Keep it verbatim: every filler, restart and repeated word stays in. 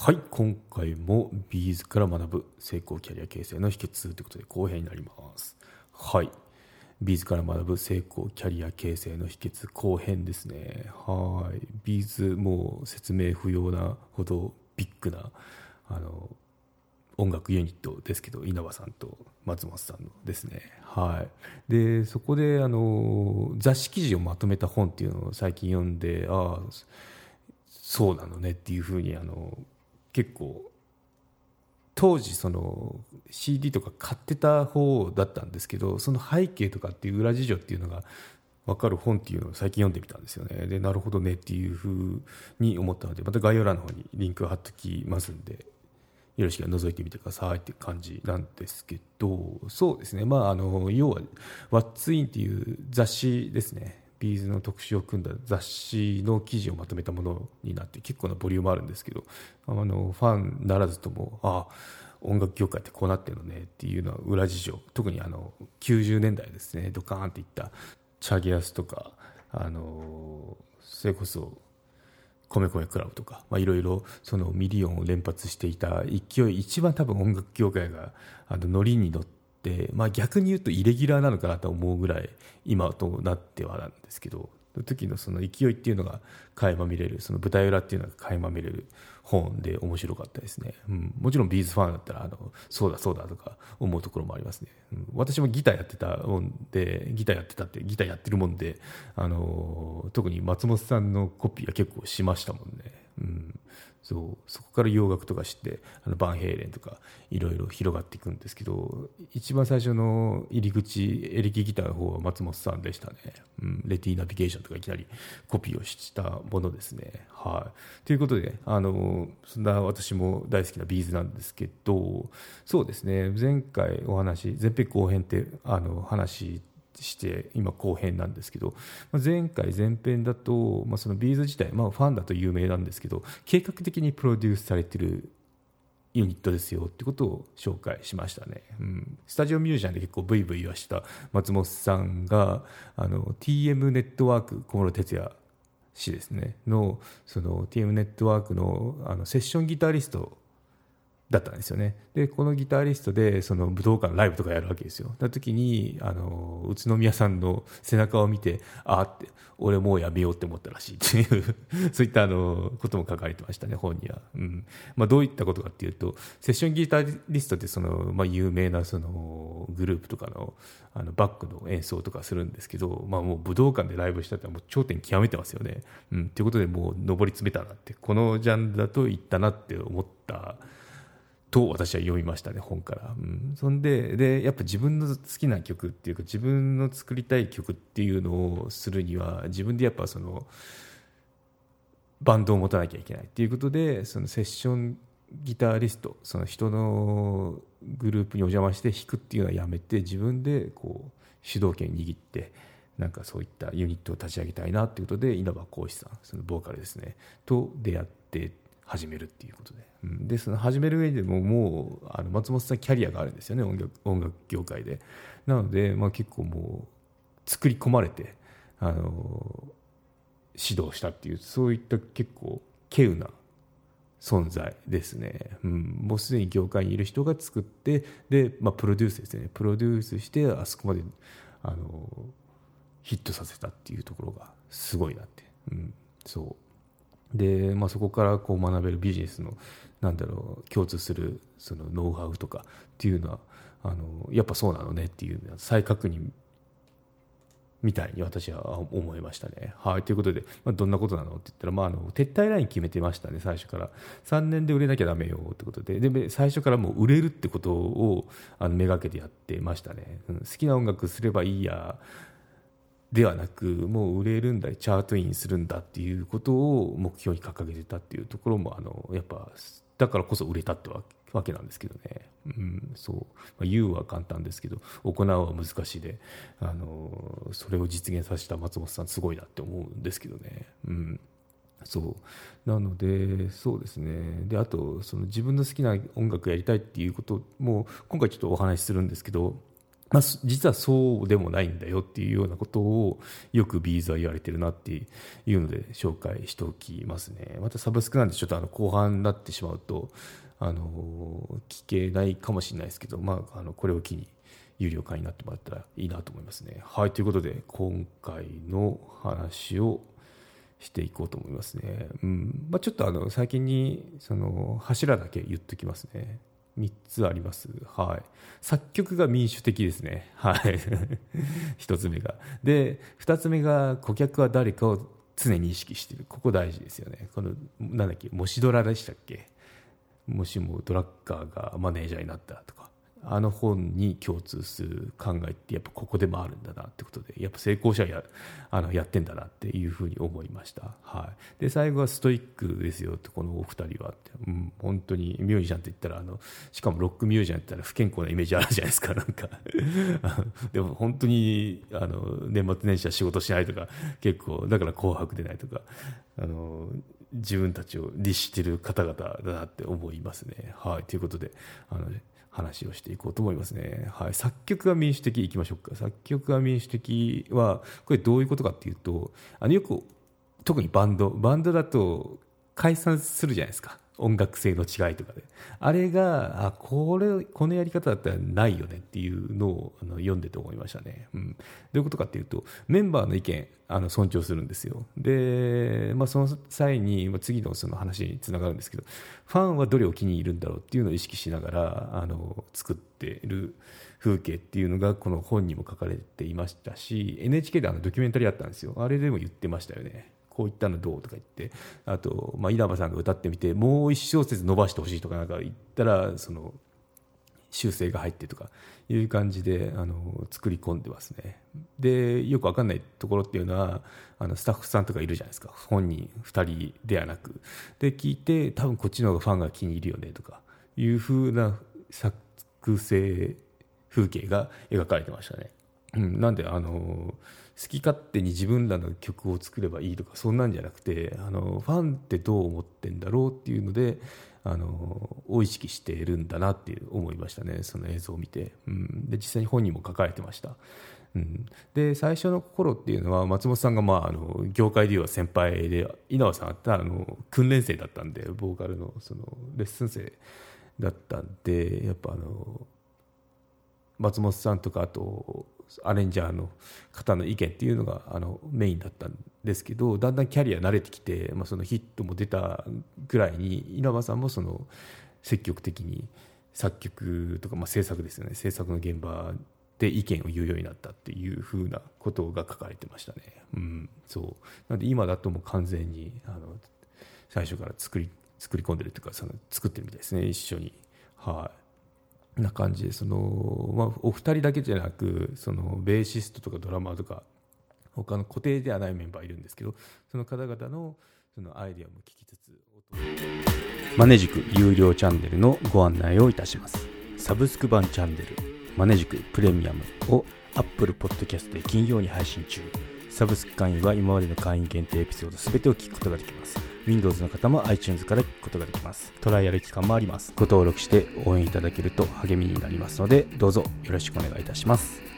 はい、今回もビーズから学ぶ成功キャリア形成の秘訣ということで後編になります。はい、ビーズから学ぶ成功キャリア形成の秘訣後編ですね。はい、ビーズもう説明不要なほどビッグなあの音楽ユニットですけど、稲葉さんと松本さんのですね。はい、でそこであの雑誌記事をまとめた本っていうのを最近読んで、ああそうなのねっていうふうにあの結構当時その シーディー とか買ってた方だったんですけど、その背景とかっていう裏事情っていうのが分かる本っていうのを最近読んでみたんですよね。でなるほどねっていうふうに思ったので、また概要欄の方にリンク貼っときますんで、よろしければ覗いてみてくださいっていう感じなんですけど、そうですね、まあ、あの要は「What's In」っていう雑誌ですね。ビーズの特集を組んだ雑誌の記事をまとめたものになって、結構なボリュームあるんですけど、あのファンならずとも、ああ音楽業界ってこうなってるのねっていうのは裏事情、特にあのきゅうじゅうねんだいですね、ドカーンっていったチャゲアスとか、あのそれこそ米米クラブとか、まあ、いろいろそのミリオンを連発していた勢い、一番多分音楽業界があのノリに乗って、まあ、逆に言うとイレギュラーなのかなと思うぐらい今となってはなんですけど、その時のその勢いっていうのが垣間見れる、その舞台裏っていうのが垣間見れる本で面白かったですね。うん、もちろんビーズファンだったらあのそうだそうだとか思うところもありますね。うん、私もギターやってたもんで、ギターやってたってギターやってるもんで、あの特に松本さんのコピーは結構しましたもんね。うん、そうそこから洋楽とか知って、あのバンヘイレンとかいろいろ広がっていくんですけど、一番最初の入り口エレキギターの方は松本さんでしたね。うん、レティーナビゲーションとかいきなりコピーをしたものですね。はい、ということで、あのそんな私も大好きなビーズなんですけど、そうですね、前回お話前編後編ってあの話して今後編なんですけど、前回前編だと、まあ、そのビーズ自体、まあ、ファンだと有名なんですけど、計画的にプロデュースされているユニットですよってことを紹介しましたね。うん、スタジオミュージシャンで結構ブイブイ言わした松本さんがあの ティーエム ネットワーク、小室哲哉氏ですねの、その ティーエム ネットワークのあのセッションギタリストだったんですよね。でこのギタリストでその武道館ライブとかやるわけですよ。その時にあの宇都宮さんの背中を見て、ああって俺もうやめようって思ったらしいっていうそういったあのことも書かれてましたね、本には。うんまあ、どういったことかっていうと、セッションギタリストってその、まあ、有名なそのグループとかの、あのバックの演奏とかするんですけど、まあ、もう武道館でライブしたってもう頂点極めてますよね。うん、ということでもう上り詰めたなって、このジャンルだといったなって思ったと私は読みましたね、本から。うん、そんででやっぱ自分の好きな曲っていうか、自分の作りたい曲っていうのをするには、自分でやっぱそのバンドを持たなきゃいけないっていうことで、そのセッションギタリスト、その人のグループにお邪魔して弾くっていうのはやめて、自分でこう主導権握って、なんかそういったユニットを立ち上げたいなっていうことで、稲葉浩志さん、そのボーカルですねと出会って始めるっていうことで、うん、でその始める上でももうあの松本さんキャリアがあるんですよね、音楽音楽業界で。なので、まあ、結構もう作り込まれてあの指導したっていう、そういった結構稀有な存在ですね。うん、もうすでに業界にいる人が作って、で、まあ、プロデュースですね、プロデュースしてあそこまであのヒットさせたっていうところがすごいなって。うん、そうで、まあ、そこからこう学べるビジネスのなんだろう共通するそのノウハウとかっていうのは、あのやっぱそうなのねっていうのは再確認みたいに私は思いましたね。はい、ということで、まあ、どんなことなのって言ったら、まあ、あの撤退ライン決めてましたね、最初から。さんねんで売れなきゃダメよってことで、で最初からもう売れるってことをあのめがけてやってましたね。うん、好きな音楽すればいいやではなく、もう売れるんだ、チャートインするんだっていうことを目標に掲げてたっていうところも、あのやっぱだからこそ売れたってわわけなんですけどね。うん、そう、まあ、言うは簡単ですけど行うは難しいで、あのそれを実現させた松本さんすごいなって思うんですけどね。うん、そうなので、そうですね。であとその自分の好きな音楽やりたいっていうことも今回ちょっとお話しするんですけど、 まあ、実はそうでもないんだよっていうようなことをよくビーズは言われてるなっていうので紹介しておきますね。またサブスクなんでちょっとあの後半になってしまうとあの聞けないかもしれないですけど、まあ、あのこれを機に有料会員になってもらったらいいなと思いますね。はい、ということで今回の話をしていこうと思いますね。うんまあ、ちょっとあの最近にその柱だけ言っておきますね。みっつあります。はい。作曲が民主的ですね。はい。ひとつめが。で、ふたつめが顧客は誰かを常に意識している。ここ大事ですよね。この、なんだっけ、もしドラでしたっけ。もしもドラッカーがマネージャーになったとか。あの本に共通する考えってやっぱここでもあるんだなってことで、やっぱ成功者やあのやってんだなっていうふうに思いました。はい、で最後はストイックですよって、このお二人はって、うん、本当にミュージシャンって言ったらあのしかもロックミュージシャンって言ったら不健康なイメージあるじゃないですか。なんかでも本当にあの年末年始は仕事しないとか、結構だから紅白出ないとか、あの自分たちを律している方々だなって思いますね。はい、ということであの話をしていこうと思いますね。はい、作曲が民主的いきましょうか。作曲が民主的はこれどういうことかっていうと、あのよく特にバンドバンドだと解散するじゃないですか、音楽性の違いとかで。あれがあこれこのやり方だったらないよねっていうのをあの読んでて思いましたね。うん、どういうことかっていうと、メンバーの意見あの尊重するんですよ。で、まあ、その際に、まあ、次のその話につながるんですけど、ファンはどれを気に入るんだろうっていうのを意識しながらあの作っている風景っていうのがこの本にも書かれていましたし、 エヌエイチケー であのドキュメンタリーあったんですよ。あれでも言ってましたよね。こういったのどうとか言って、あと、まあ、稲葉さんが歌ってみてもう一小節伸ばしてほしいとかなんか言ったらその修正が入ってとかいう感じであの作り込んでますね。でよく分かんないところっていうのはあのスタッフさんとかいるじゃないですか、本人ふたりではなく。で聞いて多分こっちの方がファンが気に入るよねとかいう風な作成風景が描かれてましたね。うん、なんであの好き勝手に自分らの曲を作ればいいとかそんなんじゃなくて、あのファンってどう思ってんだろうっていうのであのを意識しているんだなっていう思いましたね、その映像を見て。うん、で実際に本にも書かれてました。うん、で最初の頃っていうのは松本さんが、まあ、あの業界では先輩で、稲葉さんはあの訓練生だったんで、ボーカル の, そのレッスン生だったんで、やっぱあの松本さんとかあとアレンジャーの方の意見っていうのがあのメインだったんですけど、だんだんキャリア慣れてきて、まあ、そのヒットも出たぐらいに稲葉さんもその積極的に作曲とか、まあ、制作ですよね、制作の現場で意見を言うようになったっていう風なことが書かれてましたね。うん、そうなんで今だともう完全にあの最初から作り作り込んでるというか、その作ってるみたいですね、一緒に。はい、な感じで、その、まあ、お二人だけじゃなく、そのベーシストとかドラマーとか他の固定ではないメンバーいるんですけど、その方々のそのアイデアも聞きつつ、マネジク有料チャンネルのご案内をいたします。サブスク版チャンネルマネジクプレミアムを Apple Podcast で金曜に配信中。サブスク会員は今までの会員限定エピソードすべてを聞くことができます。Windows の方も iTunes から聞くことができます。トライアル期間もあります。ご登録して応援いただけると励みになりますので、どうぞよろしくお願いいたします。